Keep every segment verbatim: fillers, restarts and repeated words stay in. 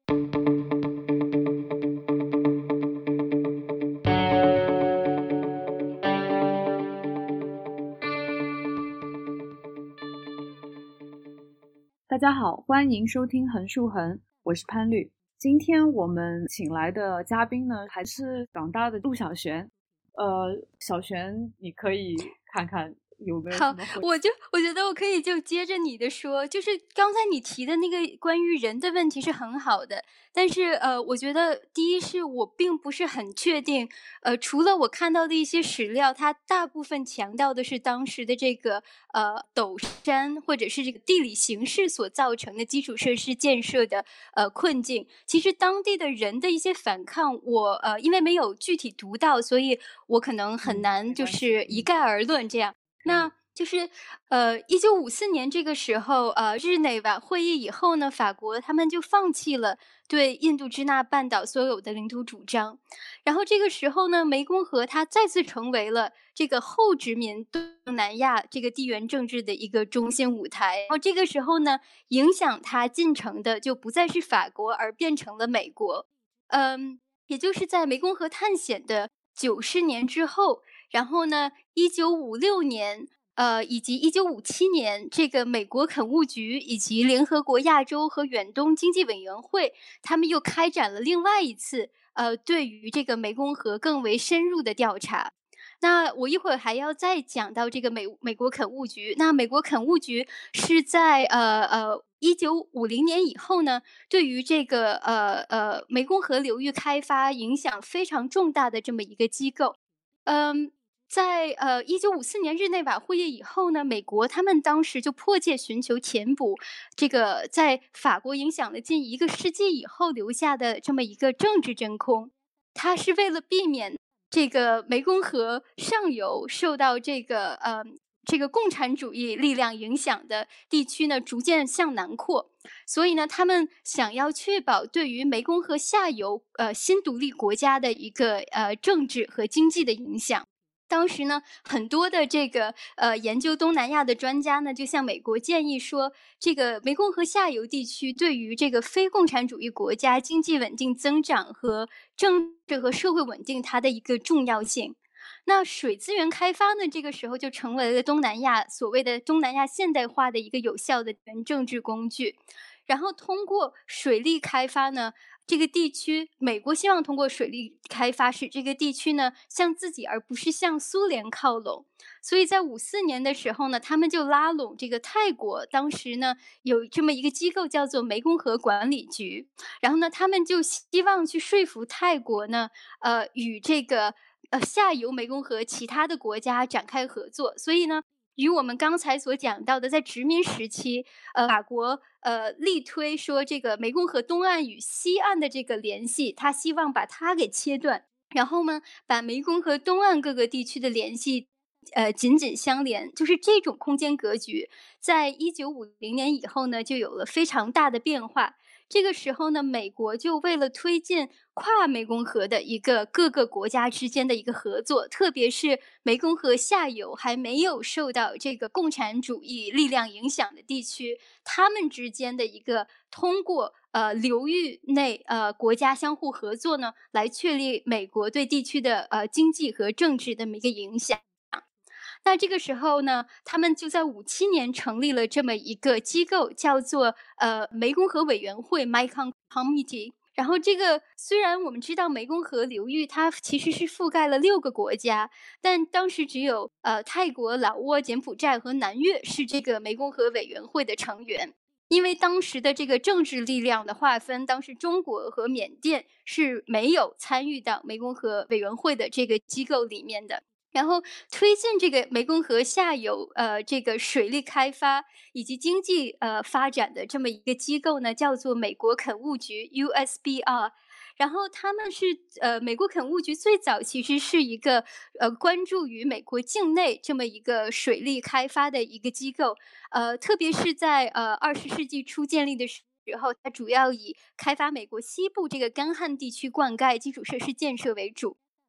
大家好，欢迎收听横竖横，我是潘律。今天我们请来的嘉宾呢，还是港大的陆小璇。呃，小璇，你可以看看有没有什么好，我就我觉得我可以就接着你的说，就是刚才你提的那个关于人的问题是很好的，但是呃，我觉得第一是我并不是很确定，呃，除了我看到的一些史料，它大部分强调的是当时的这个呃陡山或者是这个地理形势所造成的基础设施建设的呃困境。其实当地的人的一些反抗，我呃因为没有具体读到，所以我可能很嗯， 难就没关系， 是一嗯， 概而论这样。 可以。 那就是，呃一九五四年这个时候，呃，日内瓦会议以后呢，法国他们就放弃了对印度支那半岛所有的领土主张。然后这个时候呢，湄公河它再次成为了这个后殖民东南亚这个地缘政治的一个中心舞台。然后这个时候呢，影响它进程的就不再是法国，而变成了美国。嗯，也就是在湄公河探险的九十年之后，然后呢，一九五六年，呃，以及一九五七年，这个美国垦务局以及联合国亚洲和远东经济委员会，他们又开展了另外一次，呃，对于这个湄公河更为深入的调查。那我一会儿还要再讲到这个美美国垦务局。那美国垦务局是在呃呃一九五零年以后呢，对于这个呃呃湄公河流域开发影响非常重大的这么一个机构。嗯，在呃一九五四年日内瓦会议以后呢，美国他们当时就迫切寻求填补这个在法国影响了近一个世纪以后留下的这么一个政治真空。它是为了避免这个湄公河上游受到这个呃这个共产主义力量影响的地区呢，逐渐向南扩。所以呢，他们想要确保对于湄公河下游呃新独立国家的一个呃政治和经济的影响。当时呢，很多的这个呃研究东南亚的专家呢，就向美国建议说，这个湄公河下游地区对于这个非共产主义国家经济稳定增长和政治和社会稳定它的一个重要性。那水资源开发呢，这个时候就成为了东南亚所谓的东南亚现代化的一个有效的政治工具。然后通过水利开发呢，这个地区，美国希望通过水利开发使这个地区呢向自己而不是向苏联靠拢。所以在五四年的时候呢，他们就拉拢这个泰国，当时呢有这么一个机构叫做湄公河管理局，然后呢，他们就希望去说服泰国呢，呃，与这个呃下游湄公河其他的国家展开合作。所以呢，与我们刚才所讲到的，在殖民时期，呃，法国呃力推说这个湄公河东岸与西岸的这个联系，他希望把它给切断，然后呢，把湄公河东岸各个地区的联系。呃，紧紧相连，就是这种空间格局，在一九五零年以后呢，就有了非常大的变化。这个时候呢，美国就为了推进跨湄公河的一个各个国家之间的一个合作，特别是湄公河下游还没有受到这个共产主义力量影响的地区，他们之间的一个通过呃流域内呃国家相互合作呢，来确立美国对地区的呃经济和政治的一个影响。那这个时候呢，他们就在五七年成立了这么一个机构，叫做呃湄公河委员会 （Mekong Committee）。然后这个虽然我们知道湄公河流域它其实是覆盖了六个国家，但当时只有呃泰国、老挝、柬埔寨和南越是这个湄公河委员会的成员。因为当时的这个政治力量的划分，当时中国和缅甸是没有参与到湄公河委员会的这个机构里面的。然后推进这个湄公河下游呃这个水利开发以及经济呃发展的这么一个机构呢，叫做美国垦务局 U S B R。然后他们是呃美国垦务局最早其实是一个呃关注于美国境内这么一个水利开发的一个机构，呃特别是在呃二十世纪初建立的时候，它主要以开发美国西部这个干旱地区灌溉基础设施建设为主。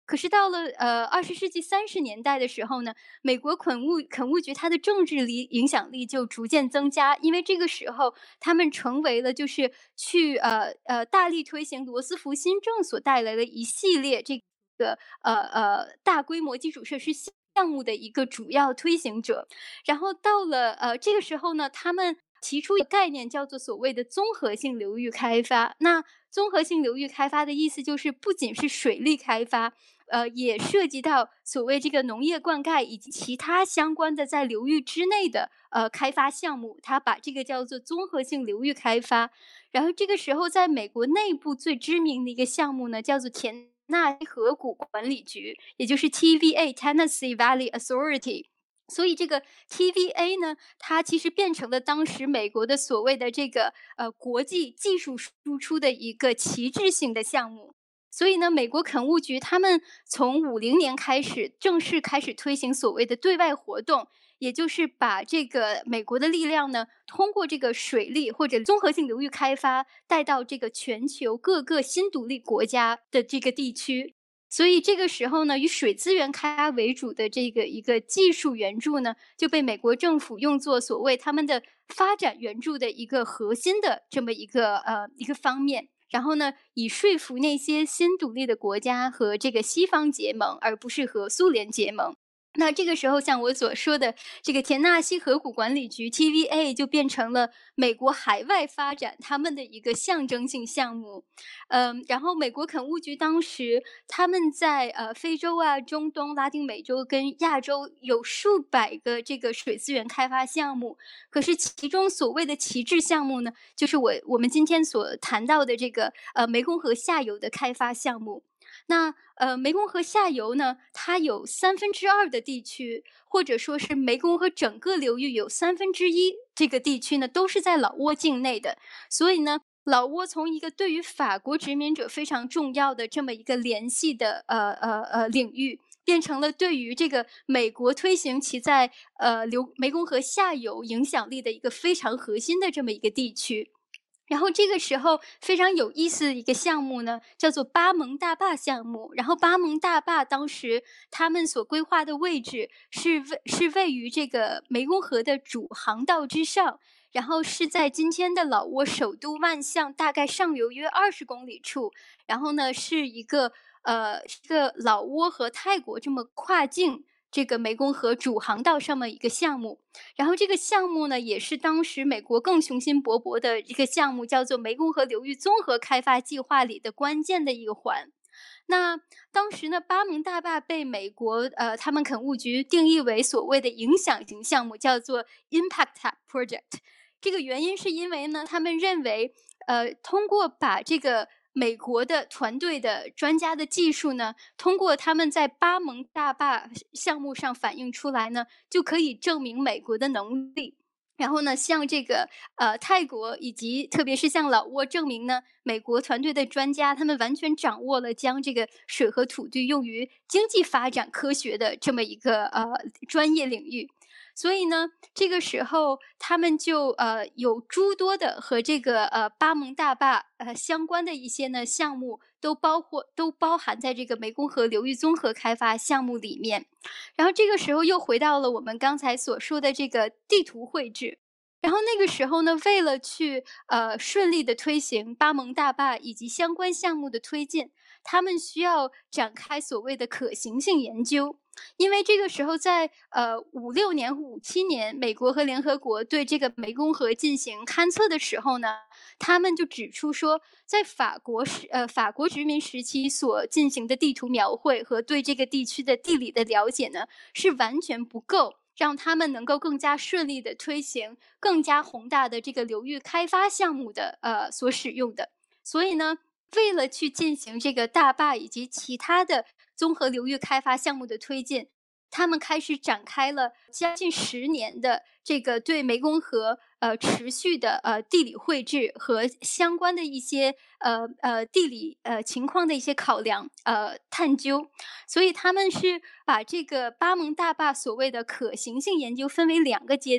可是到了呃二十世纪三十年代的时候呢，美国垦务垦务局它的政治力影响力就逐渐增加，因为这个时候他们成为了就是去呃呃大力推行罗斯福新政所带来的一系列这个呃呃大规模基础设施项目的一个主要推行者。然后到了呃这个时候呢，他们提出一个概念叫做所谓的综合性流域开发。那综合性流域开发的意思就是不仅是水利开发，呃，也涉及到所谓这个农业灌溉以及其他相关的在流域之内的呃开发项目，它把这个叫做综合性流域开发。然后这个时候在美国内部最知名的一个项目呢，叫做田纳西河谷管理局，也就是 T V A（Tennessee Valley Authority）。所以这个 T V A 呢，它其实变成了当时美国的所谓的这个呃国际技术输出的一个旗帜性的项目。所以呢，美国垦务局他们从五零年开始正式开始推行所谓的对外活动，也就是把这个美国的力量呢，通过这个水利或者综合性流域开发带到这个全球各个新独立国家的这个地区。所以这个时候呢，以水资源开发为主的这个一个技术援助呢，就被美国政府用作所谓他们的发展援助的一个核心的这么一个呃一个方面。然后呢，以说服那些新独立的国家和这个西方结盟，而不是和苏联结盟。那这个时候，像我所说的，这个田纳西河谷管理局 T V A 就变成了美国海外发展他们的一个象征性项目。嗯，然后美国垦务局当时他们在呃非洲啊、中东、拉丁美洲跟亚洲有数百个这个水资源开发项目，可是其中所谓的旗帜项目呢，就是我我们今天所谈到的这个呃湄公河下游的开发项目。那呃，湄公河下游呢，它有三分之二的地区，或者说是湄公河整个流域有三分之一这个地区呢，都是在老挝境内的。所以呢，老挝从一个对于法国殖民者非常重要的这么一个联系的呃呃呃领域，变成了对于这个美国推行其在呃流湄公河下游影响力的一个非常核心的这么一个地区。然后这个时候非常有意思的一个项目呢，叫做巴蒙大坝项目。然后巴蒙大坝当时他们所规划的位置是位是位于这个湄公河的主航道之上，然后是在今天的老挝首都万象大概上游约二十公里处。然后呢，是一个呃一个老挝和泰国这么跨境这个湄公河主航道上面一个项目。然后这个项目呢，也是当时美国更雄心勃勃的一个项目，叫做湄公河流域综合开发计划里的关键的一个环。那当时呢，巴蒙大坝被美国呃他们垦务局定义为所谓的影响型项目，叫做 Impact Project。这个原因是因为呢，他们认为呃通过把这个美国的团队的专家的技术呢，通过他们在巴蒙大坝项目上反映出来呢，就可以证明美国的能力。然后呢，像这个呃泰国以及特别是像老挝证明呢，美国团队的专家他们完全掌握了将这个水和土地用于经济发展科学的这么一个呃专业领域。所以呢，这个时候他们就呃有诸多的和这个呃巴蒙大坝呃相关的一些呢项目，都包括都包含在这个湄公河流域综合开发项目里面。然后这个时候又回到了我们刚才所说的这个地图绘制。然后那个时候呢，为了去呃顺利的推行巴蒙大坝以及相关项目的推进，他们需要展开所谓的可行性研究。因为这个时候在呃五六年、五七年，美国和联合国对这个湄公河进行勘测的时候呢，他们就指出说，在法国时呃法国殖民时期所进行的地图描绘和对这个地区的地理的了解呢，是完全不够，让他们能够更加顺利的推行更加宏大的这个流域开发项目的呃所使用的。所以呢，为了去进行这个大坝以及其他的综合流域开发项目的推进，他们开始展开了将近十年的这个对湄公河呃持续的呃地理绘制和相关的一些呃呃地理呃情况的一些考量呃探究。所以他们是把这个巴蒙大坝所谓的可行性研究分为两个阶段。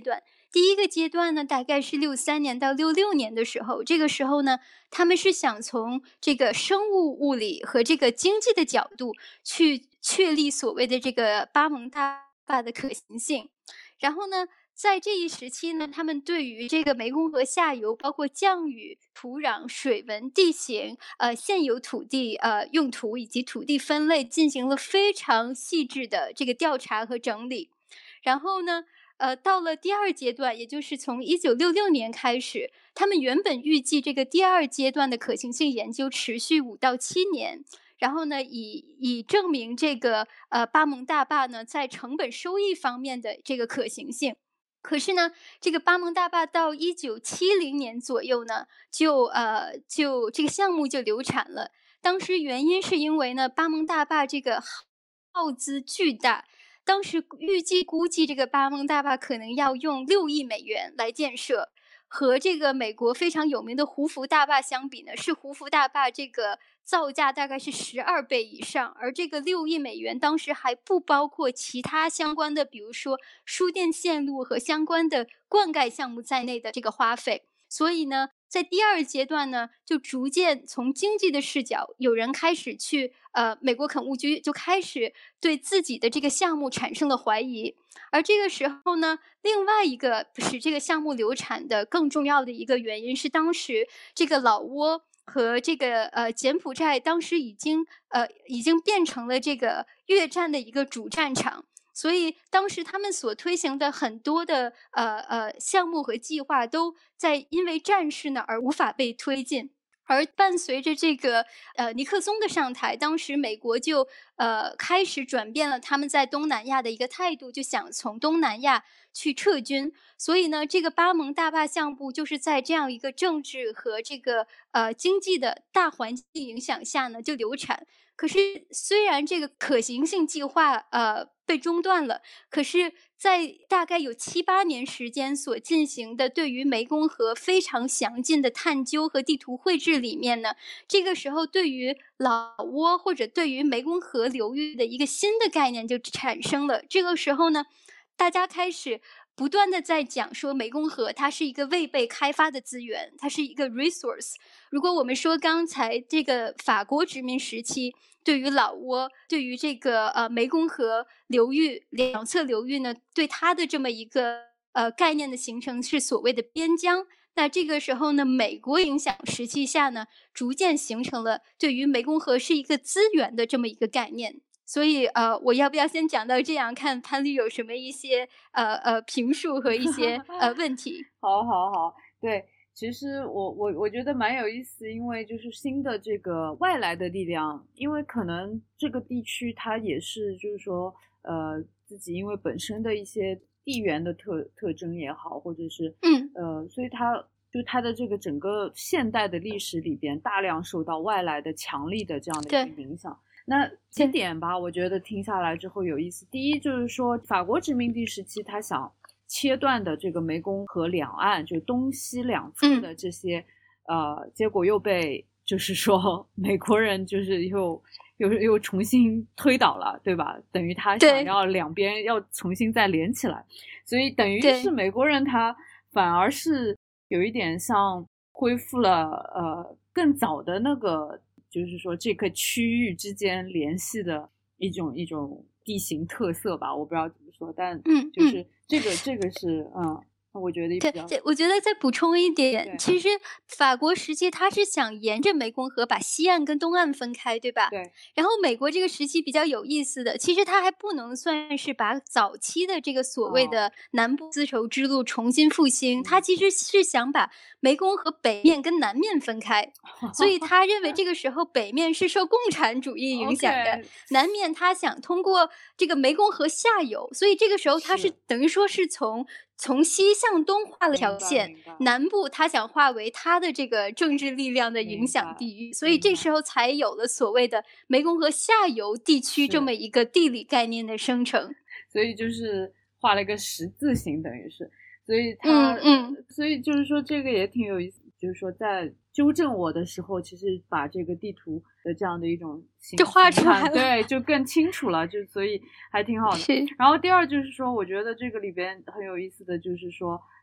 第一个阶段呢，大概是六三年到六六年的时候，这个时候呢，他们是想从这个生物物理和这个经济的角度去确立所谓的这个巴蒙大坝的可行性。然后呢，在这一时期呢，他们对于这个湄公河下游，包括降雨、土壤、水文、地形、呃现有土地呃用途以及土地分类进行了非常细致的这个调查和整理。然后呢，呃，到了第二阶段，也就是从一九六六年开始，他们原本预计这个第二阶段的可行性研究持续五到七年。然后呢，以以证明这个呃巴蒙大坝呢在成本收益方面的这个可行性。可是呢，这个巴蒙大坝到一九七零年左右呢，就呃就这个项目就流产了。当时原因是因为呢，巴蒙大坝这个耗资巨大，当时预计估计这个巴蒙大坝可能要用六亿美元来建设。和这个美国非常有名的胡佛大坝相比呢，是胡佛大坝这个造价大概是十二倍以上，而这个六亿美元当时还不包括其他相关的，比如说输电线路和相关的灌溉项目在内的这个花费。所以呢，在第二阶段呢，就逐渐从经济的视角，有人开始去呃，美国垦务局就开始对自己的这个项目产生了怀疑。而这个时候呢，另外一个使这个项目流产的更重要的一个原因是，当时这个老挝和这个呃柬埔寨当时已经呃已经变成了这个越战的一个主战场。所以当时他们所推行的很多的呃呃项目和计划都在因为战事呢而无法被推进。而伴随着这个呃尼克松的上台，当时美国就呃开始转变了他们在东南亚的一个态度，就想从东南亚去撤军。所以呢，这个巴蒙大坝项目就是在这样一个政治和这个呃经济的大环境影响下呢就流产。可是虽然这个可行性计划呃被中断了，可是在大概有七八年时间所进行的对于湄公河非常详尽的探究和地图绘制里面呢，这个时候对于老挝或者对于湄公河流域的一个新的概念就产生了。这个时候呢，大家开始不断的在讲说湄公河它是一个未被开发的资源，它是一个 resource。如果我们说刚才这个法国殖民时期对于老挝，对于这个呃湄公河流域两侧流域呢，对它的这么一个呃概念的形成是所谓的边疆。那这个时候呢，美国影响时期下呢，逐渐形成了对于湄公河是一个资源的这么一个概念。所以呃，我要不要先讲到这样，看潘律有什么一些呃呃评述和一些呃问题？ 好好好，对。其实我我我觉得蛮有意思，因为就是新的这个外来的力量，因为可能这个地区它也是就是说呃自己因为本身的一些地缘的特特征也好，或者是嗯呃所以它就它的这个整个现代的历史里边大量受到外来的强力的这样的一个影响。那几点吧，我觉得听下来之后有意思。第一就是说法国殖民地时期他想切断的这个湄公河两岸，就东西两侧的这些、嗯、呃，结果又被就是说美国人就是又又又重新推倒了，对吧？等于他想要两边要重新再连起来，所以等于是美国人他反而是有一点像恢复了呃更早的那个，就是说这个区域之间联系的一种一种地形特色吧，我不知道怎么说，但就是这个、嗯嗯、这个是嗯，我觉得比较对，我觉得再补充一点，其实法国时期他是想沿着湄公河把西岸跟东岸分开，对吧？ 对。 然后美国这个时期比较有意思的，其实他还不能算是把早期的这个所谓的南部丝绸之路重新复兴，他、哦、其实是想把湄公河北面跟南面分开，所以他认为这个时候北面是受共产主义影响的， okay. 南面他想通过这个湄公河下游，所以这个时候他是等于说是从从西向东画了条线，南部他想划为他的这个政治力量的影响地域，所以这时候才有了所谓的湄公河下游地区这么一个地理概念的生成。 所以就是画了一个十字形，等于是，所以他，嗯嗯，所以就是说这个也挺有意思，就是说在纠正我的时候，其实把这个地图的这样的一种形就画出来了， 对，就更清楚了，就所以还挺好的。然后第二就是说，我觉得这个里边很有意思的就是说，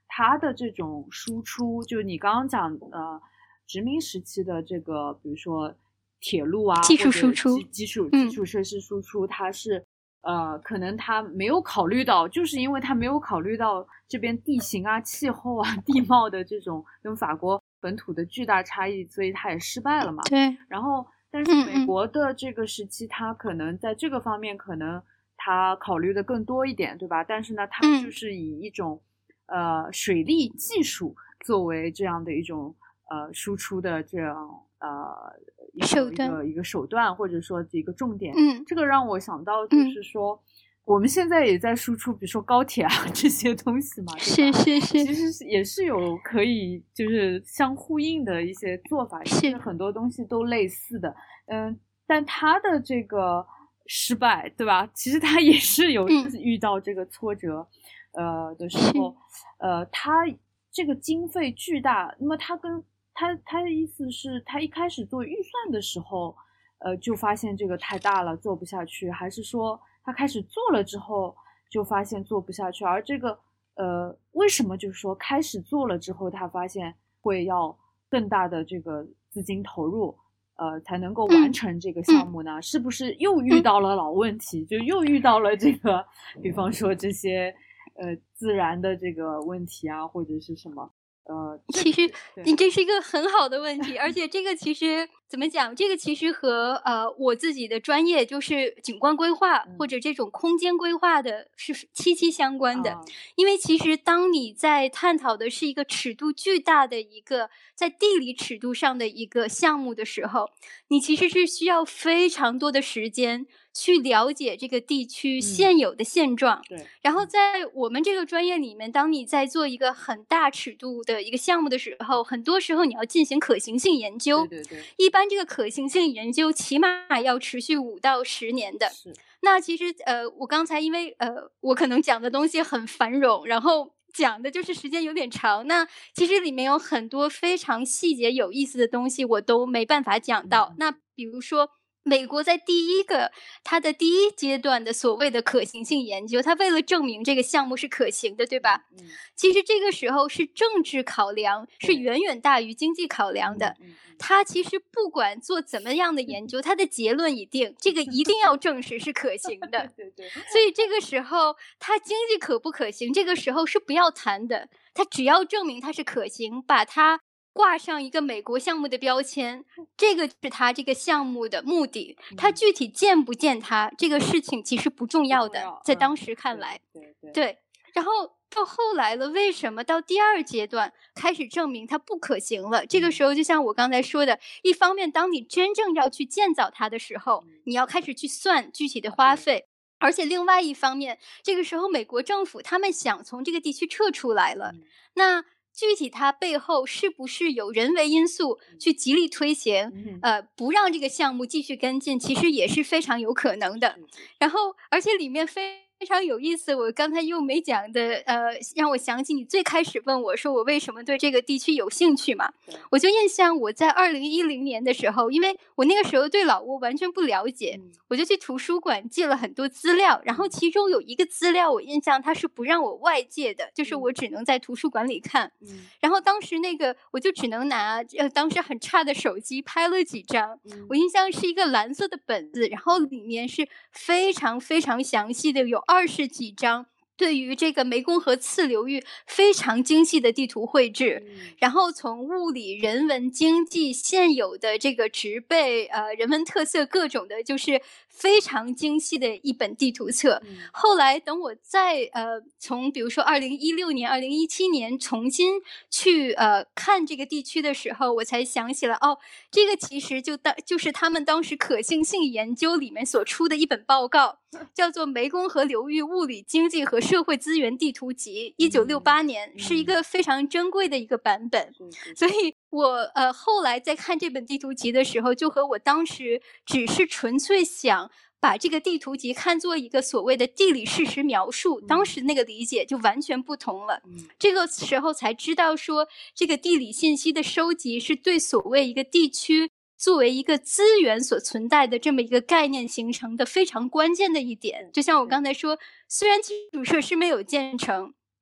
它的这种输出，就你刚刚讲呃殖民时期的这个，比如说铁路啊， 技术输出， 基基础基础设施输出，嗯、它是呃可能它没有考虑到，就是因为它没有考虑到这边地形啊、气候啊、地貌的这种跟法国本土的巨大差异，所以它也失败了嘛。 对， 然后但是美国的这个时期，它可能在这个方面可能它考虑的更多一点，对吧？但是呢，它就是以一种、嗯、呃水利技术作为这样的一种呃输出的这样呃一个一个一个手段，或者说一个重点。 嗯， 这个让我想到就是说。嗯我们现在也在输出，比如说高铁啊这些东西嘛， 对吧？是是是， 其实也是有可以就是相呼应的一些做法，其实很多东西都类似的。嗯，但他的这个失败，对吧？其实他也是有遇到这个挫折，嗯、呃的时候，呃，他这个经费巨大，那么他跟他他的意思是，他一开始做预算的时候，呃，就发现这个太大了，做不下去，还是说？他开始做了之后，就发现做不下去，而这个呃，为什么就是说开始做了之后，他发现会要更大的这个资金投入，呃，才能够完成这个项目呢？嗯、是不是又遇到了老问题？就又遇到了这个，比方说这些呃自然的这个问题啊，或者是什么？呃， 其实你这是一个很好的问题，而且这个其实怎么讲？这个其实和呃我自己的专业就是景观规划、嗯、或者这种空间规划的是息息相关的、啊。因为其实当你在探讨的是一个尺度巨大的一个在地理尺度上的一个项目的时候，你其实是需要非常多的时间去了解这个地区现有的现状、嗯、对。然后在我们这个专业里面，当你在做一个很大尺度的一个项目的时候，很多时候你要进行可行性研究。 对对对。 一般这个可行性研究起码要持续五到十年的。 是。 那其实呃，我刚才因为呃，我可能讲的东西很繁冗，然后讲的就是时间有点长。那其实里面有很多非常细节有意思的东西，我都没办法讲到。嗯、那比如说。美国在第一个它的第一阶段的所谓的可行性研究，它为了证明这个项目是可行的，对吧？ 嗯、 其实这个时候是政治考量是远远大于经济考量的。 嗯、 它其实不管做怎么样的研究，它的结论一定，这个一定要证实是可行的。 对对。 所以这个时候它经济可不可行，这个时候是不要谈的。它只要证明它是可行，把它挂上一个美国项目的标签，这个是他这个项目的目的。他具体建不建它，这个事情其实不重要的， 要在当时看来。 对 对, 对, 对。然后到后来了，为什么到第二阶段开始证明它不可行了？这个时候就像我刚才说的，一方面当你真正要去建造它的时候，你要开始去算具体的花费。而且另外一方面，这个时候美国政府他们想从这个地区撤出来了，那具体它背后是不是有人为因素去极力推行， 嗯、 呃，不让这个项目继续跟进，其实也是非常有可能的。然后，而且里面非非常有意思，我刚才又没讲的，呃，让我想起你最开始问我说我为什么对这个地区有兴趣嘛，我就印象我在二零一零年的时候，因为我那个时候对老挝完全不了解， 嗯、 我就去图书馆借了很多资料，然后其中有一个资料我印象它是不让我外借的，就是我只能在图书馆里看， 嗯、 然后当时那个我就只能拿呃当时很差的手机拍了几张， 嗯、 我印象是一个蓝色的本子，然后里面是非常非常详细的，有二十几张对于这个湄公河次流域非常精细的地图绘制， 嗯、 然后从物理、人文、经济现有的这个植被、呃人文特色各种的，就是非常精细的一本地图册。 嗯、 后来等我再呃从比如说二零一六年、二零一七年重新去呃看这个地区的时候，我才想起了哦，这个其实就当就是他们当时可行性研究里面所出的一本报告，叫做《湄公河流域物理、经济和社会资源地图集》，一九六八年、 嗯、 是一个非常珍贵的一个版本。 嗯、 所以我呃后来在看这本地图集的时候，就和我当时只是纯粹想把这个地图集看作一个所谓的地理事实描述，当时那个理解就完全不同了。 嗯、 这个时候才知道说，这个地理信息的收集是对所谓一个地区作为一个资源所存在的这么一个概念形成的非常关键的一点。就像我刚才说，虽然基础设施没有建成，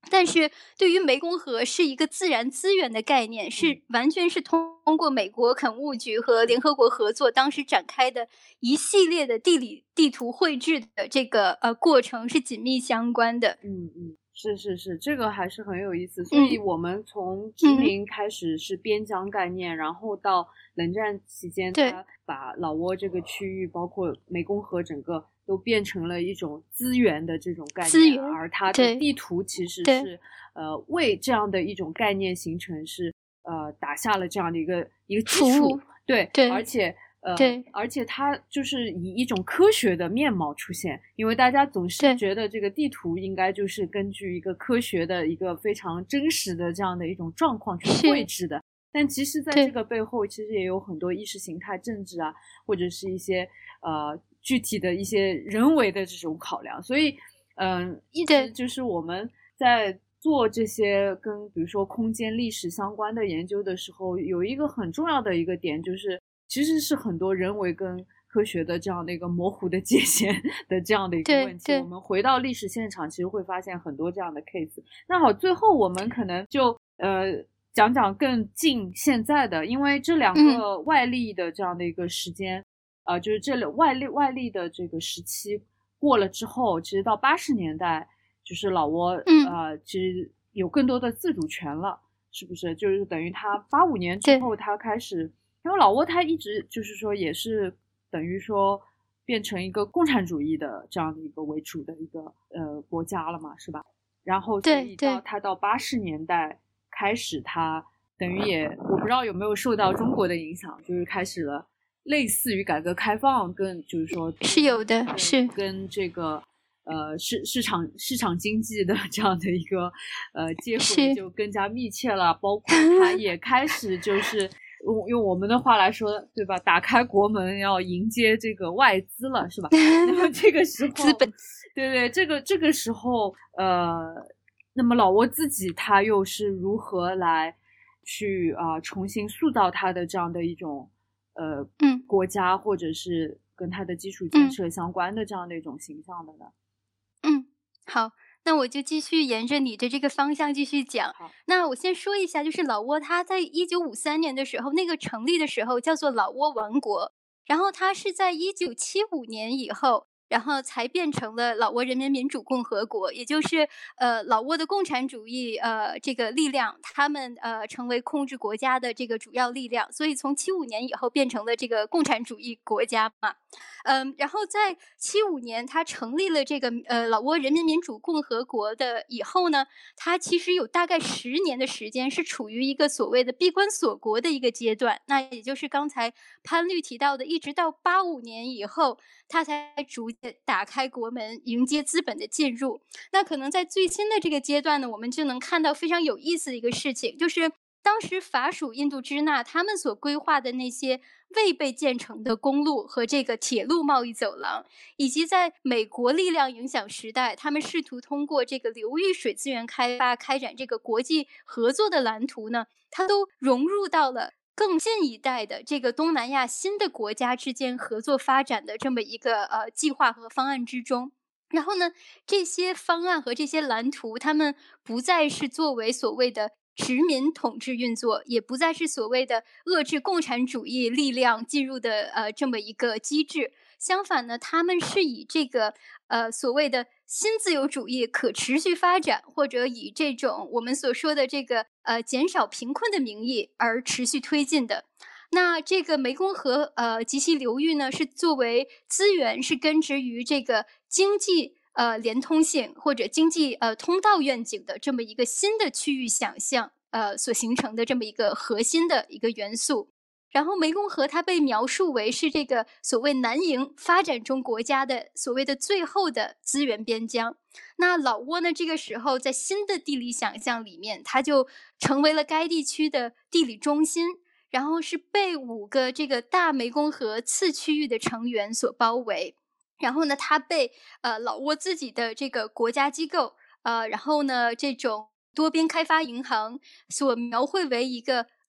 但是对于湄公河是一个自然资源的概念，是完全是通过美国垦务局和联合国合作当时展开的一系列的地理地图绘制的这个呃过程是紧密相关的。 嗯嗯，是是是，这个还是很有意思。所以我们从殖民开始是边疆概念，嗯、然后到冷战期间，它把老挝这个区域，包括湄公河整个都变成了一种资源的这种概念，而它的地图其实是呃为这样的一种概念形成是呃打下了这样的一个一个基础，对对， 而且。呃， 对， 而且它就是以一种科学的面貌出现，因为大家总是觉得这个地图应该就是根据一个科学的一个非常真实的这样的一种状况去绘制的，但其实在这个背后其实也有很多意识形态政治啊，或者是一些呃具体的一些人为的这种考量，所以嗯、呃，一直就是我们在做这些跟比如说空间历史相关的研究的时候，有一个很重要的一个点就是其实是很多人为跟科学的这样的一个模糊的界限的这样的一个问题。我们回到历史现场，其实会发现很多这样的 case。那好，最后我们可能就呃讲讲更近现在的，因为这两个外力的这样的一个时间，嗯、呃，就是这外力外力的这个时期过了之后，其实到八十年代，就是老挝呃其实有更多的自主权了，是不是？就是等于他八五年之后，他开始。因为老挝它一直就是说也是等于说变成一个共产主义的这样的一个为主的一个呃国家了嘛，是吧？然后所以到它到八十年代开始，它等于也我不知道有没有受到中国的影响，就是开始了类似于改革开放，跟就是说是有的，是跟这个呃市市场市场经济的这样的一个呃结合就更加密切了，包括它也开始就是。用我们的话来说，对吧？打开国门要迎接这个外资了，是吧？那么这个时候， 资本， 对对，这个这个时候，呃，那么老挝自己他又是如何来去啊、呃、重新塑造他的这样的一种呃嗯国家，或者是跟他的基础建设相关的这样的一种形象的呢？ 嗯，好。那我就继续沿着你的这个方向继续讲。那我先说一下，就是老挝它在一九五三年的时候，那个成立的时候叫做老挝王国，然后它是在一九七五年以后，然后才变成了老挝人民民主共和国，也就是呃老挝的共产主义呃这个力量，他们呃成为控制国家的这个主要力量，所以从七五年以后变成了这个共产主义国家嘛。嗯，然后在七五年，它成立了这个呃老挝人民民主共和国的以后呢，它其实有大概十年的时间是处于一个所谓的闭关锁国的一个阶段，那也就是刚才潘律提到的，一直到八五年以后，它才逐渐打开国门，迎接资本的进入。那可能在最新的这个阶段呢，我们就能看到非常有意思的一个事情，就是当时法属印度支那他们所规划的那些未被建成的公路和这个铁路贸易走廊，以及在美国力量影响时代，他们试图通过这个流域水资源开发开展这个国际合作的蓝图呢，它都融入到了更近一代的这个东南亚新的国家之间合作发展的这么一个呃计划和方案之中。然后呢，这些方案和这些蓝图，他们不再是作为所谓的殖民统治运作，也不再是所谓的遏制共产主义力量进入的呃这么一个机制。相反呢，他们是以这个呃所谓的新自由主义可持续发展，或者以这种我们所说的这个呃减少贫困的名义而持续推进的。那这个湄公河呃及其流域呢，是作为资源，是根植于这个经济呃连通性或者经济呃通道愿景的这么一个新的区域想象呃所形成的这么一个核心的一个元素。然后湄公河它被描述为是这个所谓南营发展中国家的所谓的最后的资源边疆。那老挝呢，这个时候在新的地理想象里面，它就成为了该地区的地理中心，然后是被五个这个大湄公河次区域的成员所包围。然后呢，它被呃老挝自己的这个国家机构呃，然后呢这种多边开发银行所描绘为一个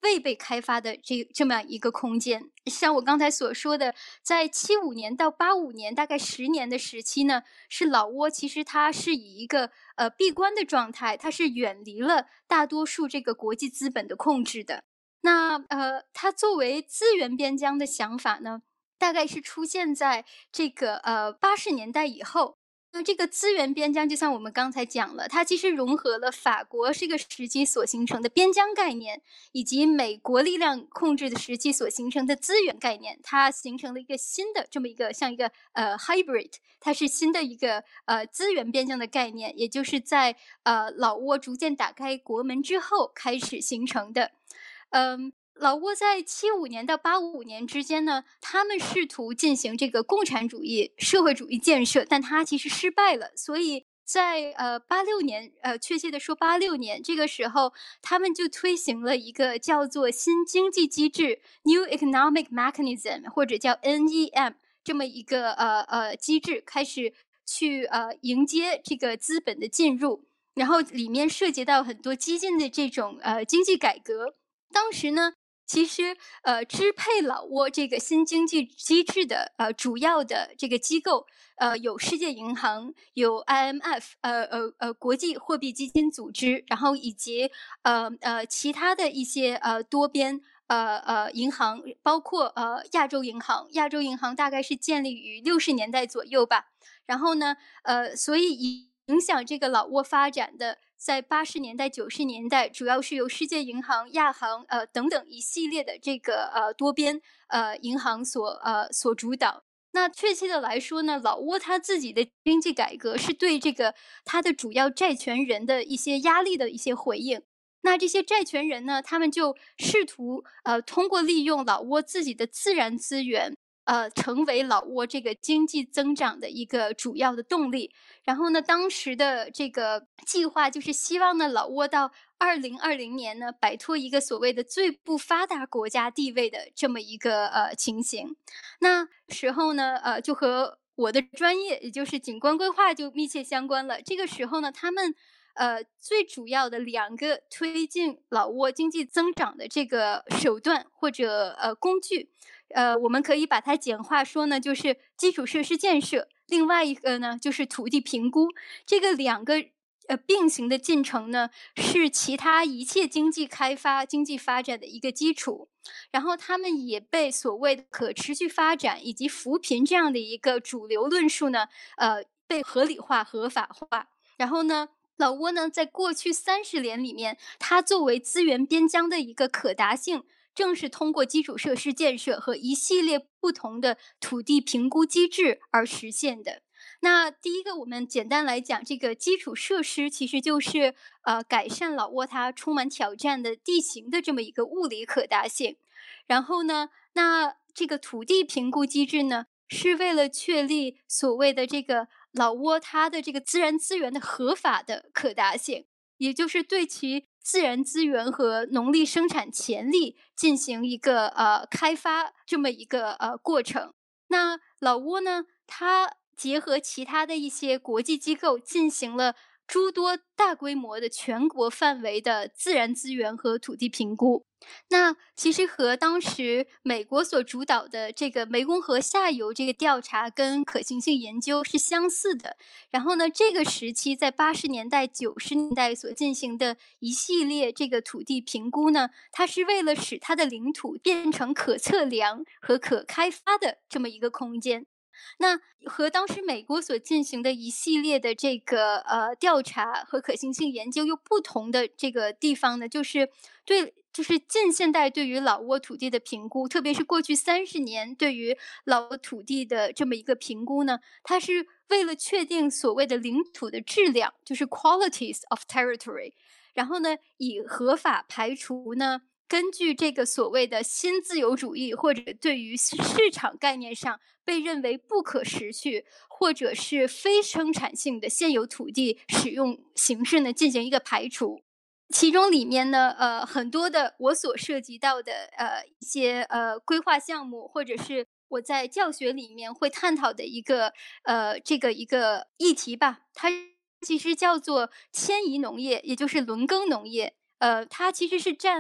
未被开发的这这么样一个空间。像我刚才所说的，在七五年到八五年，大概十年的时期呢，是老挝其实它是以一个呃闭关的状态，它是远离了大多数这个国际资本的控制的。那呃，它作为资源边疆的想法呢，大概是出现在这个呃八十年代以后。那这个资源边疆，就像我们刚才讲了，它其实融合了法国这个时期所形成的边疆概念，以及美国力量控制的时期所形成的资源概念，它形成了一个新的这么一个像一个呃 hybrid，它是新的一个呃资源边疆的概念，也就是在呃老挝逐渐打开国门之后开始形成的。嗯，老挝在七五年到八五年之间呢，他们试图进行这个共产主义社会主义建设，但它其实失败了。所以在呃八六年，呃确切的说八六年这个时候，他们就推行了一个叫做新经济机制 （New Economic Mechanism） 或者叫 N E M 这么一个呃呃机制，开始去呃迎接这个资本的进入，然后里面涉及到很多激进的这种呃经济改革。当时呢，其实呃，支配老挝这个新经济机制的呃主要的这个机构，呃，有世界银行，有 I M F，呃呃呃国际货币基金组织，然后以及呃呃其他的一些呃多边呃呃银行，包括呃亚洲银行，亚洲银行大概是建立于六十年代左右吧。然后呢，呃，所以影响这个老挝发展的，在八十年代、九十年代，主要是由世界银行、亚行呃等等一系列的这个呃多边呃银行所呃所主导。那确切的来说呢，老挝它自己的经济改革是对这个它的主要债权人的一些压力的一些回应。那这些债权人呢，他们就试图呃通过利用老挝自己的自然资源，呃，成为老挝这个经济增长的一个主要的动力。然后呢，当时的这个计划就是希望呢，老挝到二零二零年呢，摆脱一个所谓的最不发达国家地位的这么一个呃情形。那时候呢，呃，就和我的专业，也就是景观规划就密切相关了。这个时候呢，他们呃最主要的两个推进老挝经济增长的这个手段或者呃工具，呃，我们可以把它简化说呢，就是基础设施建设，另外一个呢就是土地评估。这个两个呃并行的进程呢，是其他一切经济开发、经济发展的一个基础。然后他们也被所谓的可持续发展以及扶贫这样的一个主流论述呢，呃，被合理化、合法化。然后呢，老挝呢，在过去三十年里面，它作为资源边疆的一个可达性，正是通过基础设施建设和一系列不同的土地评估机制而实现的。那第一个，我们简单来讲，这个基础设施其实就是呃改善老挝它充满挑战的地形的这么一个物理可达性。然后呢，那这个土地评估机制呢，是为了确立所谓的这个老挝它的这个自然资源的合法的可达性，也就是对其自然资源和农力生产潜力进行一个呃开发这么一个呃过程。那老挝呢，它结合其他的一些国际机构进行了诸多大规模的全国范围的自然资源和土地评估。那其实和当时美国所主导的这个湄公河下游这个调查跟可行性研究是相似的。然后呢，这个时期在八十年代、九十年代所进行的一系列这个土地评估呢，它是为了使它的领土变成可测量和可开发的这么一个空间。那和当时美国所进行的一系列的这个呃调查和可行性研究又不同的这个地方呢，就是对，就是近现代对于老挝土地的评估，特别是过去三十年对于老挝土地的这么一个评估呢，它是为了确定所谓的领土的质量，就是 qualities of territory，然后呢，以合法排除呢。根据这个所谓的新自由主义，或者对于市场概念上被认为不可持续，或者是非生产性的现有土地使用形式呢，进行一个排除。其中里面呢，呃，很多的我所涉及到的呃一些呃规划项目，或者是我在教学里面会探讨的一个呃这个一个议题吧，它其实叫做迁移农业，也就是轮耕农业。呃，它其实是占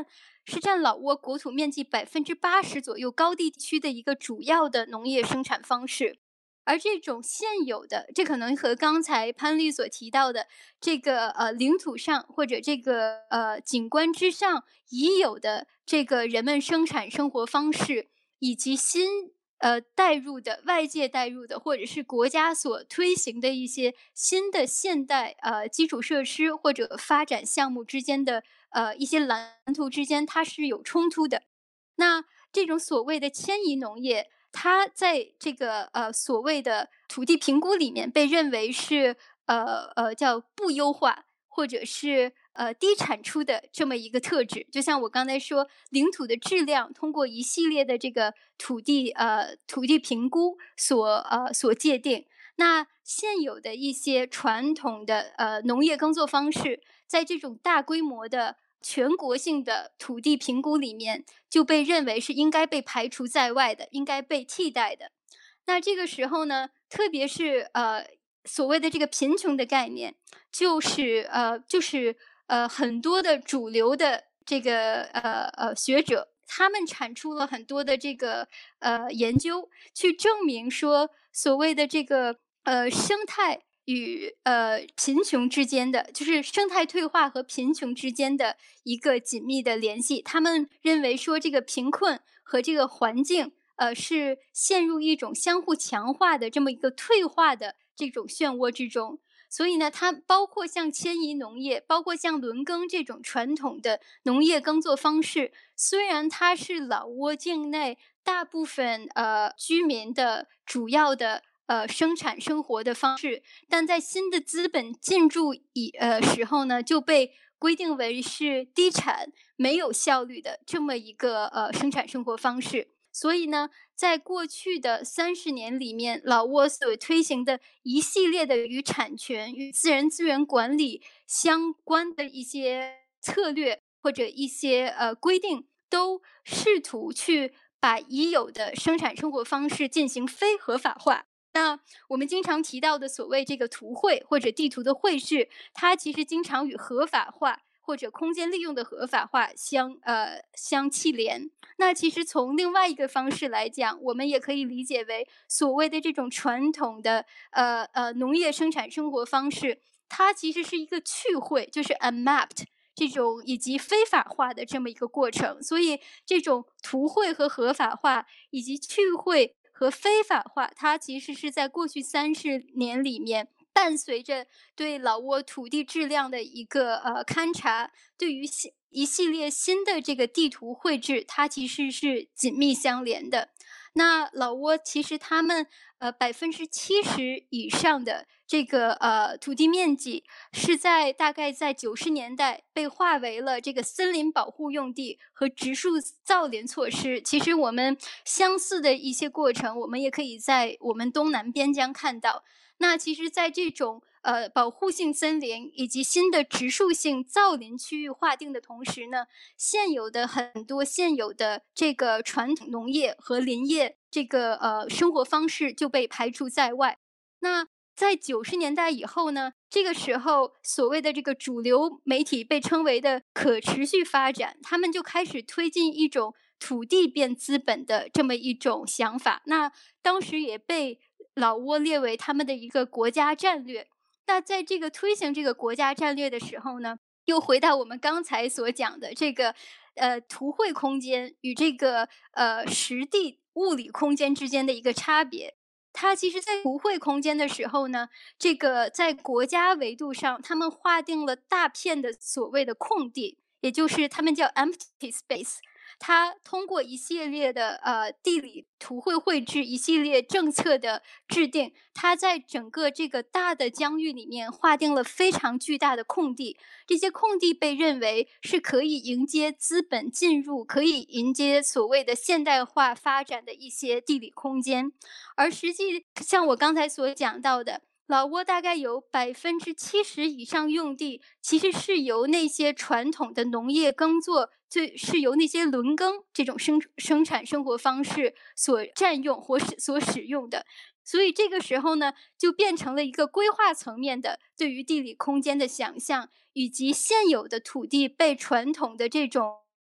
是占老挝国土面积百分之八十左右高地区的一个主要的农业生产方式。而这种现有的，这可能和刚才潘律所提到的这个呃领土上或者这个呃景观之上已有的这个人们生产生活方式，以及新呃带入的外界带入的，或者是国家所推行的一些新的现代呃基础设施或者发展项目之间的呃一些蓝图之间，它是有冲突的。那这种所谓的迁移农业，它在这个呃所谓的土地评估里面被认为是呃呃叫不优化或者是呃低产出的这么一个特质。就像我刚才说，领土的质量通过一系列的这个土地呃土地评估所呃所界定。那现有的一些传统的呃农业耕作方式，在这种大规模的全国性的土地评估里面，就被认为是应该被排除在外的，应该被替代的。那这个时候呢，特别是呃所谓的这个贫穷的概念，就是呃就是呃很多的主流的这个呃呃学者，他们产出了很多的这个呃研究，去证明说所谓的这个呃生态与呃贫穷之间的，就是生态退化和贫穷之间的一个紧密的联系。他们认为说，这个贫困和这个环境，呃，是陷入一种相互强化的这么一个退化的这种漩涡之中。所以呢，它包括像迁移农业，包括像轮耕这种传统的农业耕作方式，虽然它是老挝境内大部分呃居民的主要的呃生产生活的方式，但在新的资本进驻以呃时候呢，就被规定为是低产、没有效率的这么一个呃生产生活方式。所以呢，在过去的三十年里面，老挝所推行的一系列的与产权、与自然资源管理相关的一些策略或者一些呃规定，都试图去把已有的生产生活方式进行非合法化。那我们经常提到的所谓这个图绘或者地图的绘制，它其实经常与合法化或者空间利用的合法化相呃相契连。那其实从另外一个方式来讲，我们也可以理解为所谓的这种传统的呃呃农业生产生活方式，它其实是一个去绘，就是 unmapped。这种以及非法化的这么一个过程，所以这种图绘和合法化，以及去绘和非法化，它其实是在过去三十年里面，伴随着对老挝土地质量的一个呃勘察，对于新一系列新的这个地图绘制，它其实是紧密相连的。那老挝其实他们呃百分之七十以上的这个呃土地面积是在大概在九十年代被划为了这个森林保护用地和植树造林措施。其实我们相似的一些过程，我们也可以在我们东南边疆看到。那其实在这种呃保护性森林以及新的植树性造林区域划定的同时呢，现有的很多现有的这个传统农业和林业这个呃生活方式就被排除在外。那在九十年代以后呢，这个时候所谓的这个主流媒体被称为的可持续发展，他们就开始推进一种土地变资本的这么一种想法。那当时也被老挝列为他们的一个国家战略。那在这个推行这个国家战略的时候呢，又回到我们刚才所讲的这个呃图绘空间与这个呃实地物理空间之间的一个差别。它其实在图绘空间的时候呢，这个在国家维度上，他们划定了大片的所谓的空地，也就是他们叫 empty space。它通过一系列的呃地理图绘绘制，一系列政策的制定，它在整个这个大的疆域里面划定了非常巨大的空地。这些空地被认为是可以迎接资本进入，可以迎接所谓的现代化发展的一些地理空间。而实际像我刚才所讲到的，老挝大概有百分之七十以上用地，其实是由那些传统的农业耕作，就是由那些轮耕这种生生产生活方式所占用或使所使用的。所以这个时候呢，就变成了一个规划层面的对于地理空间的想象，以及现有的土地被传统的这种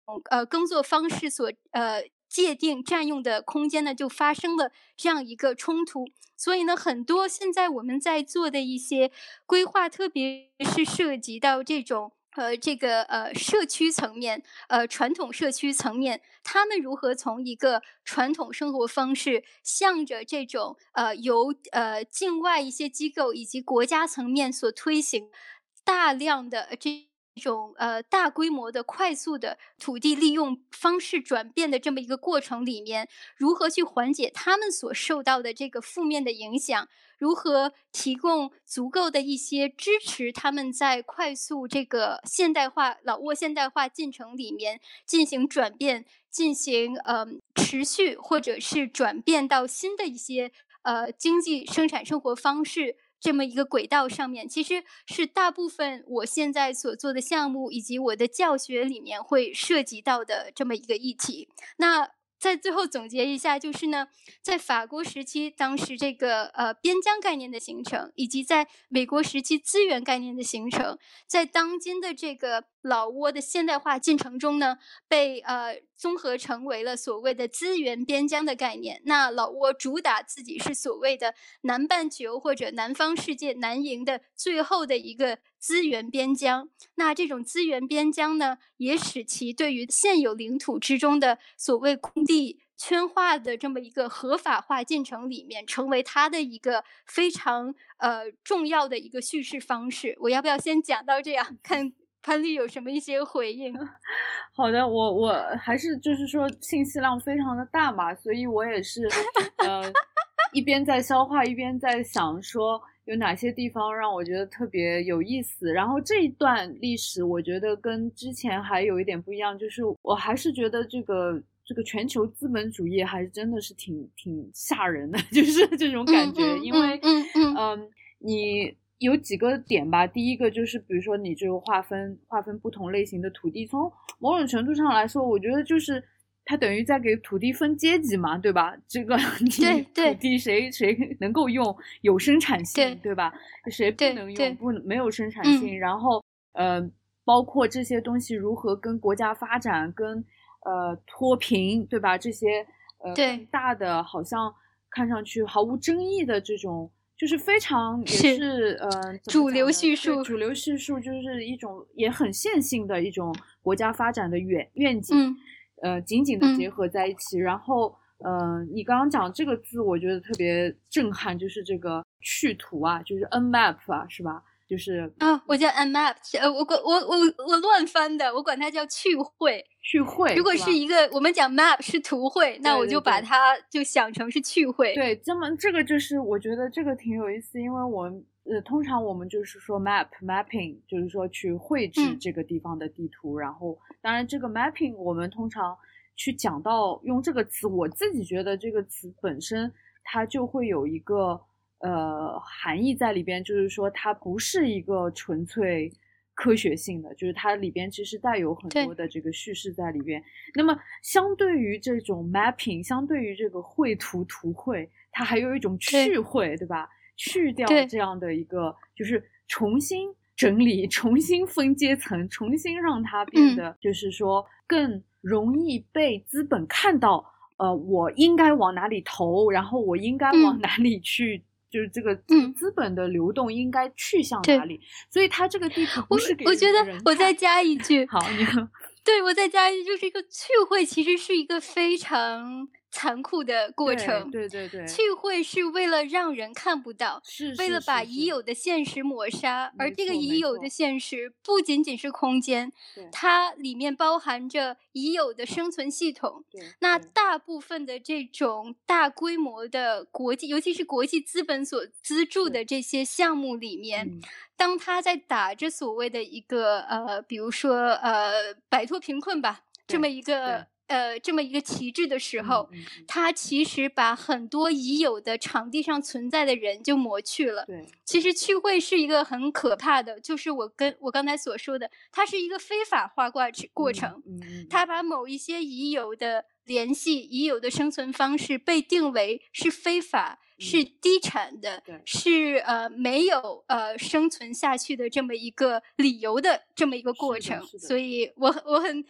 呃耕作方式所呃界定占用的空间呢，就发生了这样一个冲突。所以呢，很多现在我们在做的一些规划，特别是涉及到这种呃这个呃社区层面，呃传统社区层面，他们如何从一个传统生活方式，向着这种呃由呃境外一些机构以及国家层面所推行大量的这。这种呃大规模的、快速的土地利用方式转变的这么一个过程里面，如何去缓解他们所受到的这个负面的影响？如何提供足够的一些支持，他们在快速这个现代化、老挝现代化进程里面进行转变，进行呃持续或者是转变到新的一些呃经济生产生活方式。这么一个轨道上面，其实是大部分我现在所做的项目以及我的教学里面会涉及到的这么一个议题。那在最后总结一下，就是呢，在法国时期，当时这个呃边疆概念的形成，以及在美国时期资源概念的形成，在当今的这个老挝的现代化进程中呢，被呃综合成为了所谓的资源边疆的概念。那老挝主打自己是所谓的南半球或者南方世界南营的最后的一个资源边疆。那这种资源边疆呢，也使其对于现有领土之中的所谓空地圈化的这么一个合法化进程里面，成为它的一个非常呃重要的一个叙事方式。我要不要先讲到这样，看潘律有什么一些回应？ 好的，我我还是就是说信息量非常的大嘛，所以我也是呃一边在消化，一边在想说有哪些地方让我觉得特别有意思。然后这一段历史，我觉得跟之前还有一点不一样，就是我还是觉得这个这个全球资本主义还是真的是挺挺吓人的，就是这种感觉， 嗯嗯、 因为嗯嗯嗯你。有几个点吧，第一个就是比如说你这个划分划分不同类型的土地，从某种程度上来说，我觉得就是它等于在给土地分阶级嘛，对吧？这个你土地谁谁能够用有生产性， 对, 对吧？谁不能用不没有生产性， 嗯、 然后呃包括这些东西如何跟国家发展跟呃脱贫，对吧？这些呃更大的好像看上去毫无争议的这种。就是非常也是, 是呃主流叙述， 主流叙述就是一种也很线性的一种国家发展的愿愿景， 嗯、 呃紧紧的结合在一起。嗯、然后呃你刚刚讲这个字，我觉得特别震撼，就是这个去图啊，就是 unmap 啊，是吧？就是啊、哦，我叫 unmap， 呃，我管我我我乱翻的，我管它叫趣绘。 趣绘， 如果是一个我们讲 map 是图绘，那我就把它就想成是趣绘。 对，这么这个就是我觉得这个挺有意思，因为我们呃通常我们就是说 map mapping， 就是说去绘制这个地方的地图，嗯、然后当然这个 mapping 我们通常去讲到用这个词，我自己觉得这个词本身它就会有一个呃含义在里边，就是说它不是一个纯粹科学性的，就是它里边其实带有很多的这个叙事在里边。那么相对于这种 mapping， 相对于这个绘图图绘，它还有一种去绘， 对, 对吧？去掉这样的一个，就是重新整理，重新分阶层，重新让它变得就是说更容易被资本看到，呃，我应该往哪里投，然后我应该往哪里去。嗯就是这个资本的流动应该去向哪里，嗯、所以它这个地图不是给我我觉得我再加一句， 好，你说， 对我再加一句，就是一个趣绘其实是一个非常残酷的过程， 对对对对， 趣绘是为了让人看不到， 是为了把已有的现实抹杀，而这个已有的现实不仅仅是空间，它里面包含着已有的生存系统。那大部分的这种大规模的国际，尤其是国际资本所资助的这些项目里面，嗯、当他在打着所谓的一个呃，比如说呃，摆脱贫困吧，这么一个。呃，这么一个旗帜的时候，嗯嗯嗯、它其实把很多已有的场地上存在的人就抹去了。 对， 其实趣绘是一个很可怕的，就是我跟我刚才所说的，它是一个非法化过过程。 嗯嗯嗯、 它把某一些已有的联系、已有的生存方式被定为是非法、嗯、是低产的，是呃没有呃生存下去的这么一个理由的这么一个过程。所以我我很。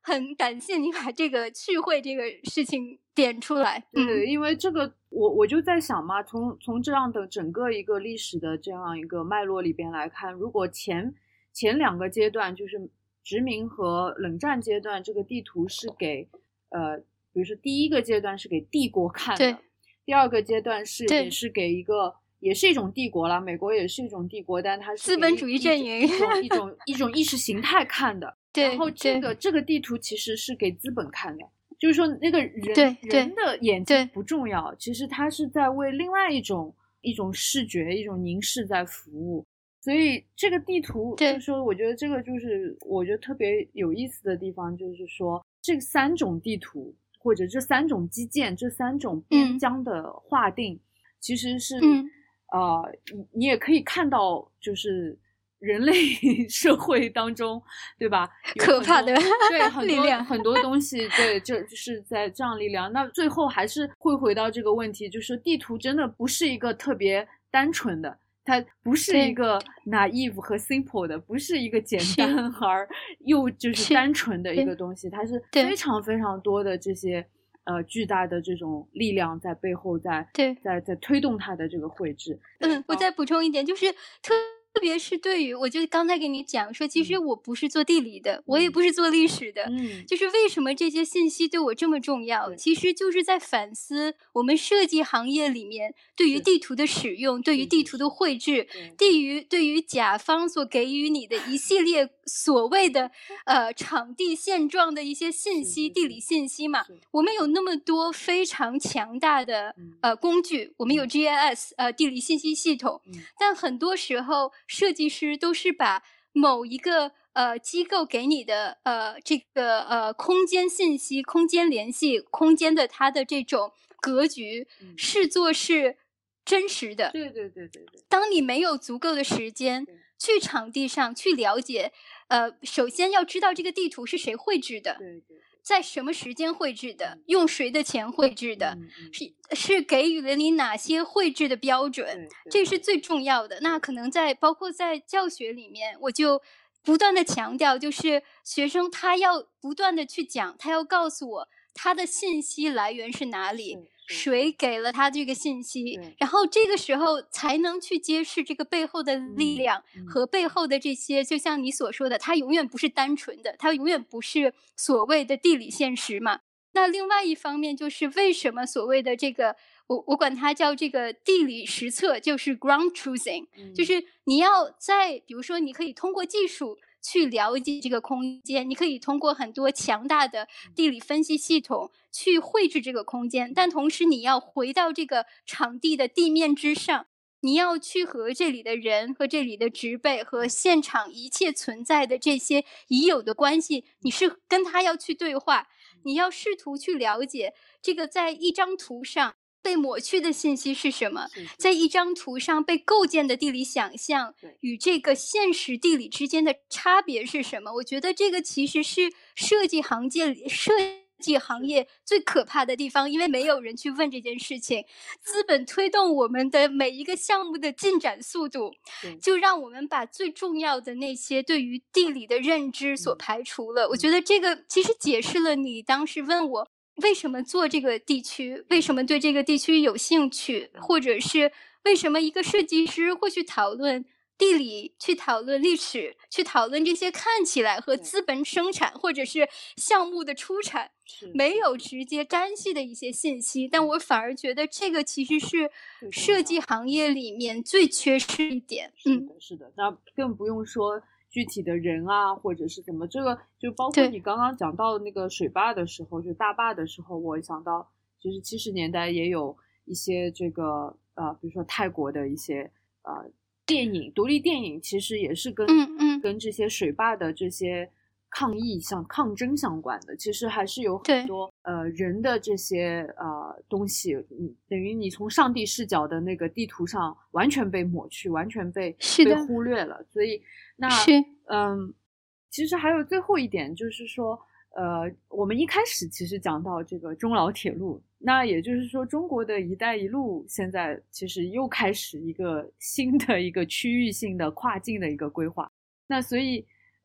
很感谢你把这个趣会这个事情点出来。 对， 嗯， 因为这个我我就在想嘛，从从这样的整个一个历史的这样一个脉络里边来看，如果前前两个阶段就是殖民和冷战阶段，这个地图是给呃，比如说第一个阶段是给帝国看的，第二个阶段是也是给一个也是一种帝国啦，美国也是一种帝国，但它是资本主义阵营一种一种一种意识形态看的。 对， 然后这个这个地图其实是给资本看的，就是说那个人对人的眼睛不重要，其实他是在为另外一种一种视觉一种凝视在服务。所以这个地图就是说，我觉得这个就是我觉得特别有意思的地方，就是说这三种地图或者这三种基建这三种边疆的划定，嗯、其实是、 嗯、 呃你你也可以看到就是人类社会当中，对吧？ 可怕的对很多力量很多东西，对，这就是在这样力量。那最后还是会回到这个问题，就是地图真的不是一个特别单纯的，它不是一个 naive 和 simple 的，不是一个简单而又就是单纯的一个东西，它是非常非常多的这些呃巨大的这种力量在背后在对在在推动它的这个绘制。 嗯，我再补充一点，就是特。特别是对于，我就刚才给你讲说，其实我不是做地理的，嗯、我也不是做历史的， 嗯， 就是为什么这些信息对我这么重要？其实就是在反思我们设计行业里面对于地图的使用，对于地图的绘制，对于对于甲方所给予你的一系列所谓的呃场地现状的一些信息，地理信息嘛。我们有那么多非常强大的呃工具，我们有 G I S 呃地理信息系统，但很多时候。设计师都是把某一个呃机构给你的呃这个呃空间信息、空间联系、空间的它的这种格局视作是真实的。 对对对对对。 当你没有足够的时间去场地上去了解，呃，首先要知道这个地图是谁绘制的。 对对。 在什么时间绘制的，用谁的钱绘制的， 嗯嗯、 是是给予了你哪些绘制的标准，这是最重要的。那可能在包括在教学里面，我就不断的强调，就是学生他要不断的去讲，他要告诉我他的信息来源是哪里，谁给了他这个信息，然后这个时候才能去揭示这个背后的力量和背后的这些，就像你所说的，它永远不是单纯的，它永远不是所谓的地理现实嘛。那另外一方面就是为什么所谓的这个我我管它叫这个地理实测，就是 ground truthing、嗯、就是你要在比如说你可以通过技术去了解这个空间，你可以通过很多强大的地理分析系统去绘制这个空间，但同时你要回到这个场地的地面之上，你要去和这里的人和这里的植被和现场一切存在的这些已有的关系，你是跟他要去对话，你要试图去了解这个在一张图上被抹去的信息是什么，在一张图上被构建的地理想象与这个现实地理之间的差别是什么。我觉得这个其实是设计行业设计行业最可怕的地方，因为没有人去问这件事情。资本推动我们的每一个项目的进展速度，就让我们把最重要的那些对于地理的认知所排除了。我觉得这个其实解释了你当时问我为什么做这个地区，为什么对这个地区有兴趣，或者是为什么一个设计师会去讨论地理，去讨论历史，去讨论这些看起来和资本生产或者是项目的出产没有直接干系的一些信息，但我反而觉得这个其实是设计行业里面最缺失一点。 嗯，是的，那更不用说具体的人啊，或者是怎么，这个就包括你刚刚讲到那个水坝的时候，就大坝的时候，我想到其实七十年代也有一些这个呃，比如说泰国的一些呃电影，独立电影，其实也是跟嗯嗯跟这些水坝的这些抗议像抗争相关的，其实还是有很多呃人的这些呃东西，你等于你从上帝视角的那个地图上完全被抹去，完全被被忽略了，所以那嗯，其实还有最后一点就是说，呃，我们一开始其实讲到这个中老铁路，那也就是说中国的一带一路现在其实又开始一个新的一个区域性的跨境的一个规划，那所以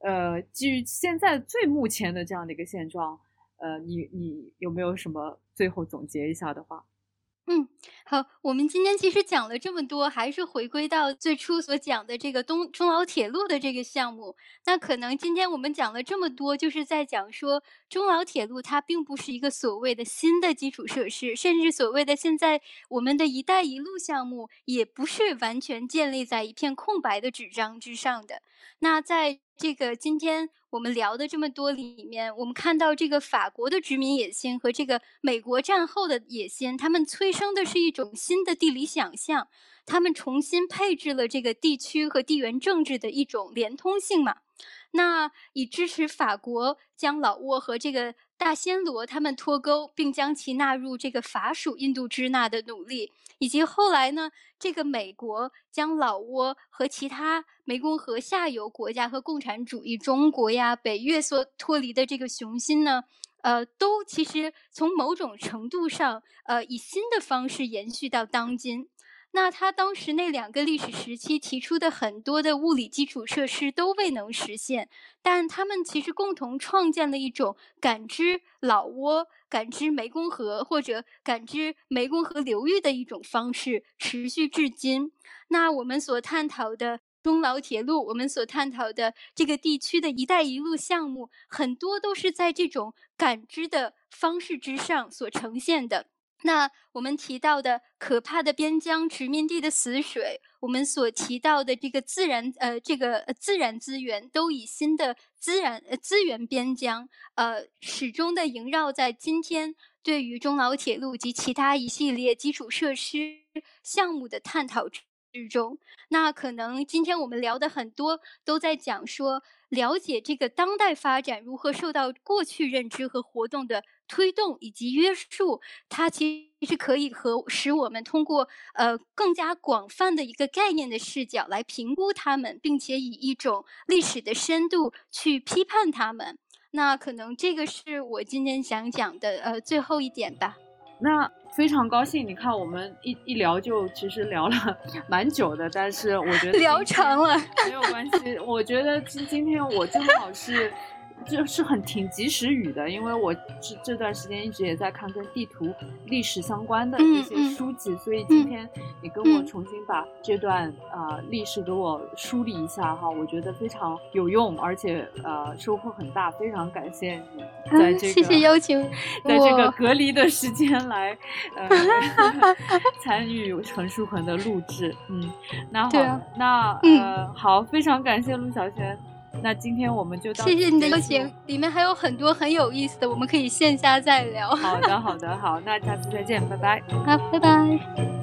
呃，基于现在最目前的这样的一个现状，呃，你你有没有什么最后总结一下的话？ 嗯，好，我们今天其实讲了这么多，还是回归到最初所讲的这个东中老铁路的这个项目。那可能今天我们讲了这么多，就是在讲说中老铁路它并不是一个所谓的新的基础设施，甚至所谓的现在我们的一带一路项目，也不是完全建立在一片空白的纸张之上的。那在这个今天我们聊的这么多里面，我们看到这个法国的殖民野心和这个美国战后的野心，他们催生的是一种新的地理想象，他们重新配置了这个地区和地缘政治的一种连通性嘛。那以支持法国将老挝和这个大暹罗他们脱钩，并将其纳入这个法属印度支那的努力，以及后来呢，这个美国将老挝和其他湄公河下游国家和共产主义中国呀、北越所脱离的这个雄心呢，呃，都其实从某种程度上，呃，以新的方式延续到当今。那他当时那两个历史时期提出的很多的物理基础设施都未能实现，但他们其实共同创建了一种感知老挝、感知湄公河或者感知湄公河流域的一种方式，持续至今。那我们所探讨的中老铁路，我们所探讨的这个地区的一带一路项目，很多都是在这种感知的方式之上所呈现的。那我们提到的可怕的边疆殖民地的死水，我们所提到的这个自然呃这个呃自然资源，都以新的自然呃资源边疆呃始终的萦绕在今天对于中老铁路及其他一系列基础设施项目的探讨之之中。那可能今天我们聊的很多都在讲说，了解这个当代发展如何受到过去认知和活动的推动以及约束，它其实可以和使我们通过呃更加广泛的一个概念的视角来评估它们，并且以一种历史的深度去批判它们。那可能这个是我今天想讲的呃最后一点吧。 那非常高兴，你看我们一一聊就其实聊了蛮久的，但是我觉得聊长了没有关系。我觉得今今天我正好是就是很挺及时雨的，因为我这这段时间一直也在看跟地图历史相关的这些书籍，嗯嗯、所以今天你跟我重新把这段啊、呃、历史给我梳理一下哈，我觉得非常有用，而且呃收获很大，非常感谢你在这个、 嗯、谢谢邀请， 在这个隔离的时间来呃参与横竖横的录制，嗯，那好，啊、那呃、嗯、好，非常感谢陆小璇。那今天我们就到， 谢谢你的邀请，里面还有很多很有意思的，我们可以线下再聊。 好的，好的，好，那下次再见，拜拜。 好，拜拜。